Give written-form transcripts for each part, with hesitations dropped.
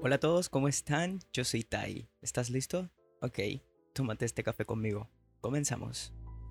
Hola a todos, ¿cómo están? Yo soy Tai. ¿Estás listo? Ok, tómate este café conmigo. Comenzamos.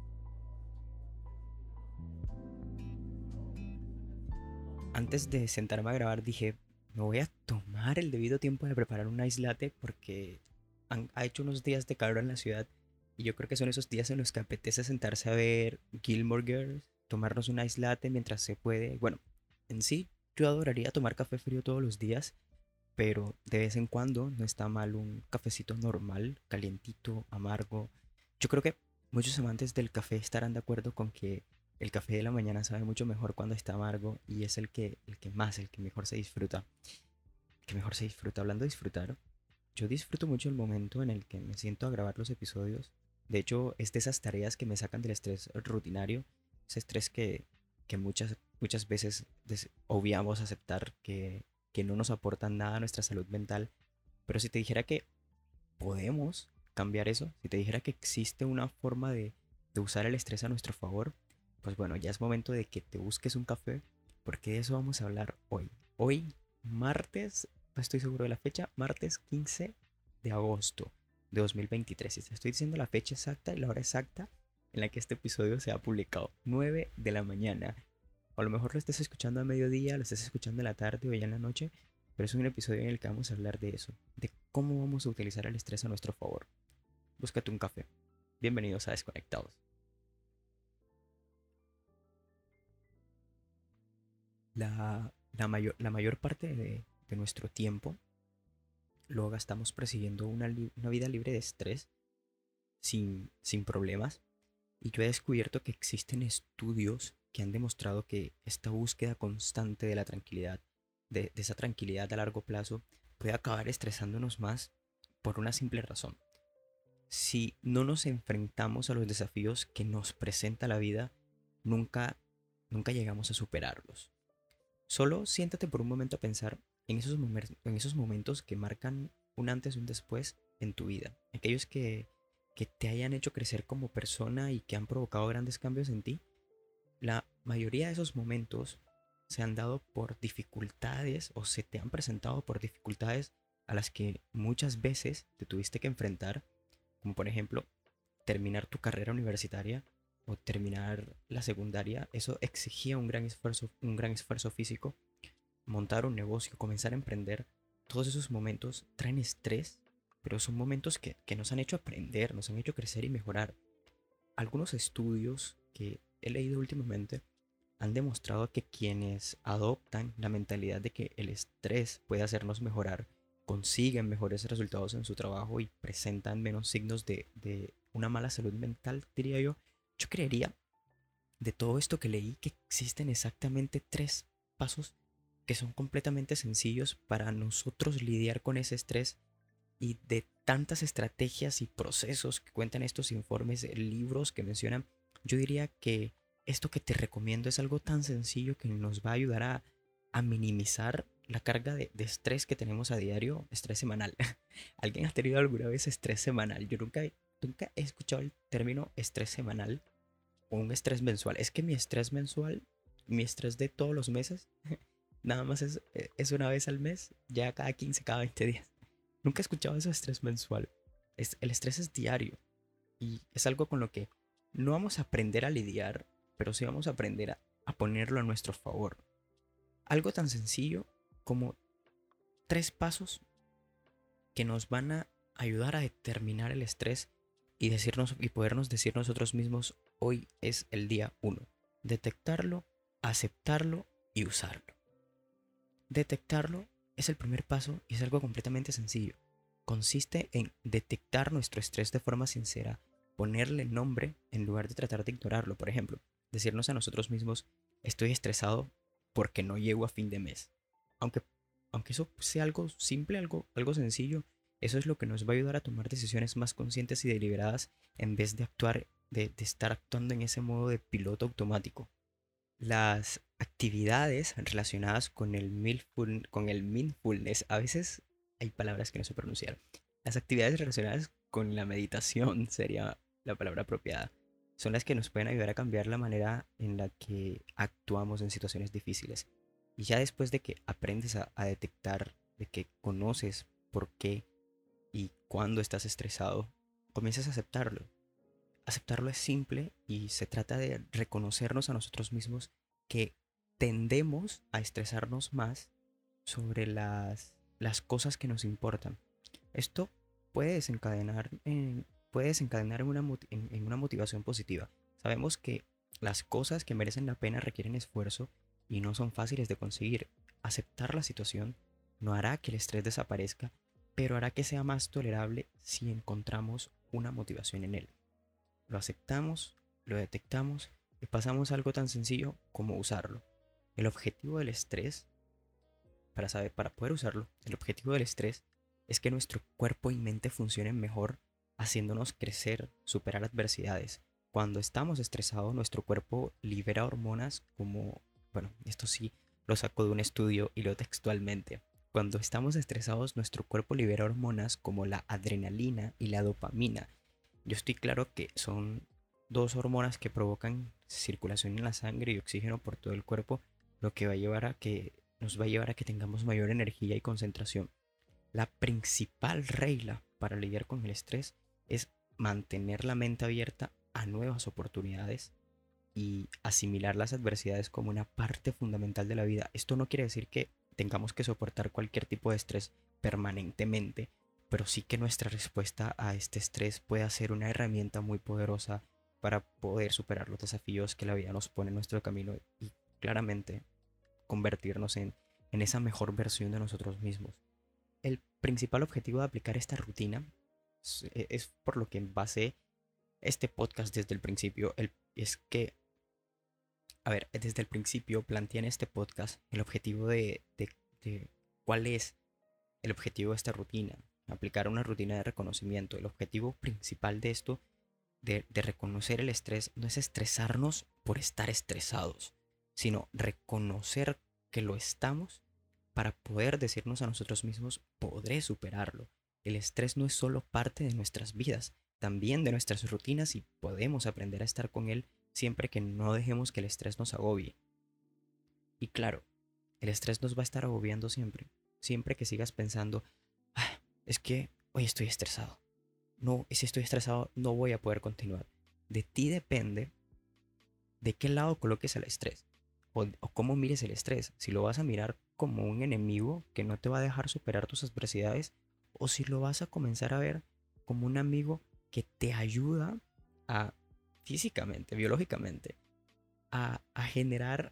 Antes de sentarme a grabar dije, me voy a tomar el debido tiempo de preparar un ice latte porque ha hecho unos días de calor en la ciudad y yo creo que son esos días en los que apetece sentarse a ver Gilmore Girls, tomarnos un ice latte mientras se puede. Bueno, en sí, yo adoraría tomar café frío todos los días, pero de vez en cuando no está mal un cafecito normal, calientito, amargo. Yo creo que muchos amantes del café estarán de acuerdo con que el café de la mañana sabe mucho mejor cuando está amargo y es el que mejor se disfruta. El que mejor se disfruta. Hablando de disfrutar, yo disfruto mucho el momento en el que me siento a grabar los episodios. De hecho, es de esas tareas que me sacan del estrés rutinario, ese estrés que muchas veces obviamos aceptar que no nos aportan nada a nuestra salud mental. Pero si te dijera que podemos cambiar eso, si te dijera que existe una forma de usar el estrés a nuestro favor, pues bueno, ya es momento de que te busques un café, porque de eso vamos a hablar hoy. Hoy, martes, no estoy seguro de la fecha, martes 15 de agosto de 2023. Y te estoy diciendo la fecha exacta y la hora exacta en la que este episodio se ha publicado, 9 de la mañana. O a lo mejor lo estés escuchando a mediodía, lo estés escuchando en la tarde o ya en la noche, pero es un episodio en el que vamos a hablar de eso, de cómo vamos a utilizar el estrés a nuestro favor. Búscate un café. Bienvenidos a Desconectados. La mayor parte de nuestro tiempo lo gastamos persiguiendo una vida libre de estrés, sin problemas. Y yo he descubierto que existen estudios que han demostrado que esta búsqueda constante de la tranquilidad, de esa tranquilidad a largo plazo, puede acabar estresándonos más por una simple razón. Si no nos enfrentamos a los desafíos que nos presenta la vida, nunca, nunca llegamos a superarlos. Solo siéntate por un momento a pensar en esos momentos que marcan un antes y un después en tu vida. Aquellos que te hayan hecho crecer como persona y que han provocado grandes cambios en ti. La mayoría de esos momentos se han dado por dificultades o se te han presentado por dificultades a las que muchas veces te tuviste que enfrentar, como por ejemplo terminar tu carrera universitaria o terminar la secundaria. Eso exigía un gran esfuerzo físico. Montar un negocio, comenzar a emprender, todos esos momentos traen estrés, pero son momentos que nos han hecho aprender, nos han hecho crecer y mejorar. Algunos estudios que he leído últimamente han demostrado que quienes adoptan la mentalidad de que el estrés puede hacernos mejorar, consiguen mejores resultados en su trabajo y presentan menos signos de una mala salud mental, diría yo. Yo creería, de todo esto que leí, que existen exactamente tres pasos que son completamente sencillos para nosotros lidiar con ese estrés, y de tantas estrategias y procesos que cuentan estos informes, libros que mencionan, yo diría que esto que te recomiendo es algo tan sencillo que nos va a ayudar a minimizar la carga de estrés que tenemos a diario, estrés semanal. ¿Alguien ha tenido alguna vez estrés semanal? Yo nunca he escuchado el término estrés semanal o un estrés mensual. Es que mi estrés mensual, mi estrés de todos los meses, nada más es una vez al mes, ya cada 15 cada 20 días. Nunca he escuchado eso de estrés mensual. El estrés es diario y es algo con lo que no vamos a aprender a lidiar, pero sí vamos a aprender a ponerlo a nuestro favor. Algo tan sencillo como tres pasos que nos van a ayudar a determinar el estrés y decirnos y podernos decir nosotros mismos: hoy es el día uno. Detectarlo, aceptarlo y usarlo. Detectarlo es el primer paso y es algo completamente sencillo. Consiste en detectar nuestro estrés de forma sincera, ponerle nombre en lugar de tratar de ignorarlo. Por ejemplo, decirnos a nosotros mismos: estoy estresado porque no llego a fin de mes. Aunque, aunque eso sea algo simple, algo sencillo, eso es lo que nos va a ayudar a tomar decisiones más conscientes y deliberadas en vez de de estar actuando en ese modo de piloto automático. Las actividades relacionadas con el mindfulness, a veces hay palabras que no sé pronunciar. Las actividades relacionadas con la meditación sería la palabra apropiada. Son las que nos pueden ayudar a cambiar la manera en la que actuamos en situaciones difíciles. Y ya después de que aprendes a detectar de que conoces por qué y cuándo estás estresado, comiences a aceptarlo. Aceptarlo es simple y se trata de reconocernos a nosotros mismos que tendemos a estresarnos más sobre las cosas que nos importan. Esto puede desencadenar en una motivación positiva. Sabemos que las cosas que merecen la pena requieren esfuerzo y no son fáciles de conseguir. Aceptar la situación no hará que el estrés desaparezca, pero hará que sea más tolerable si encontramos una motivación en él. Lo aceptamos, lo detectamos y pasamos a algo tan sencillo como usarlo. El objetivo del estrés, para poder usarlo, el objetivo del estrés es que nuestro cuerpo y mente funcionen mejor, haciéndonos crecer, superar adversidades. Cuando estamos estresados, nuestro cuerpo libera hormonas como, bueno, esto sí lo saco de un estudio y lo textualmente. Cuando estamos estresados, nuestro cuerpo libera hormonas como la adrenalina y la dopamina. Yo estoy claro que son dos hormonas que provocan circulación en la sangre y oxígeno por todo el cuerpo, lo que nos va a llevar a que tengamos mayor energía y concentración. La principal regla para lidiar con el estrés es mantener la mente abierta a nuevas oportunidades y asimilar las adversidades como una parte fundamental de la vida. Esto no quiere decir que tengamos que soportar cualquier tipo de estrés permanentemente, pero sí que nuestra respuesta a este estrés puede ser una herramienta muy poderosa para poder superar los desafíos que la vida nos pone en nuestro camino y claramente convertirnos en esa mejor versión de nosotros mismos. El principal objetivo de aplicar esta rutina es por lo que basé este podcast desde el principio. Es que, a ver, desde el principio planteé en este podcast el objetivo de cuál es el objetivo de esta rutina. Aplicar una rutina de reconocimiento. El objetivo principal de esto, de reconocer el estrés, no es estresarnos por estar estresados, sino reconocer que lo estamos para poder decirnos a nosotros mismos, podré superarlo. El estrés no es solo parte de nuestras vidas, también de nuestras rutinas y podemos aprender a estar con él siempre que no dejemos que el estrés nos agobie. Y claro, el estrés nos va a estar agobiando siempre. Siempre que sigas pensando, ah, es que hoy estoy estresado. No, si estoy estresado no voy a poder continuar. De ti depende de qué lado coloques el estrés o cómo mires el estrés. Si lo vas a mirar como un enemigo que no te va a dejar superar tus adversidades o si lo vas a comenzar a ver como un amigo que te ayuda a físicamente, biológicamente, a generar,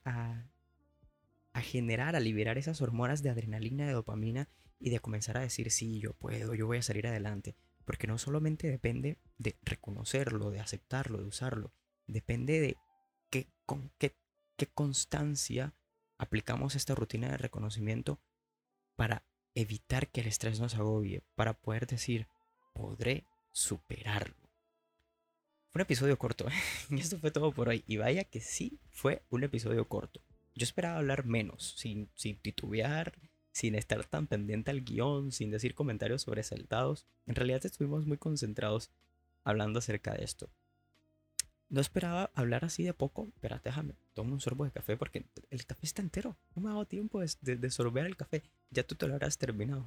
a liberar esas hormonas de adrenalina, de dopamina y de comenzar a decir, sí, yo puedo, yo voy a salir adelante. Porque no solamente depende de reconocerlo, de aceptarlo, de usarlo, depende de con qué constancia aplicamos esta rutina de reconocimiento para evitar que el estrés nos agobie, para poder decir, podré superarlo. Fue un episodio corto, y esto fue todo por hoy. Y vaya que sí fue un episodio corto. Yo esperaba hablar menos, sin titubear, sin estar tan pendiente al guión, sin decir comentarios sobresaltados. En realidad estuvimos muy concentrados hablando acerca de esto. No esperaba hablar así de poco. Espera, déjame, tomo un sorbo de café porque el café está entero. No me ha dado tiempo de sorber el café. Ya tú te lo habrás terminado.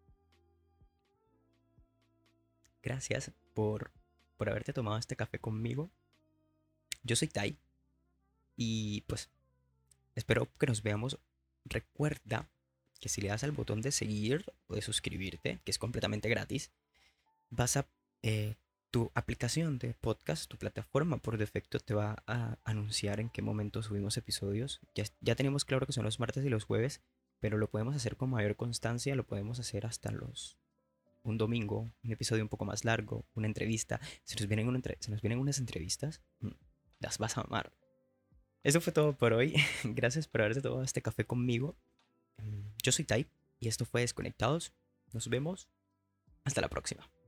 Gracias por haberte tomado este café conmigo. Yo soy Tai y pues espero que nos veamos. Recuerda que si le das al botón de seguir o de suscribirte, que es completamente gratis, vas a tu aplicación de podcast, tu plataforma por defecto te va a anunciar en qué momento subimos episodios. Ya tenemos claro que son los martes y los jueves, pero lo podemos hacer con mayor constancia, lo podemos hacer hasta un domingo, un episodio un poco más largo, una entrevista. Se nos vienen unas entrevistas, las vas a amar. Eso fue todo por hoy. Gracias por haberte tomado este café conmigo. Yo soy Tai y esto fue Desconectados. Nos vemos. Hasta la próxima.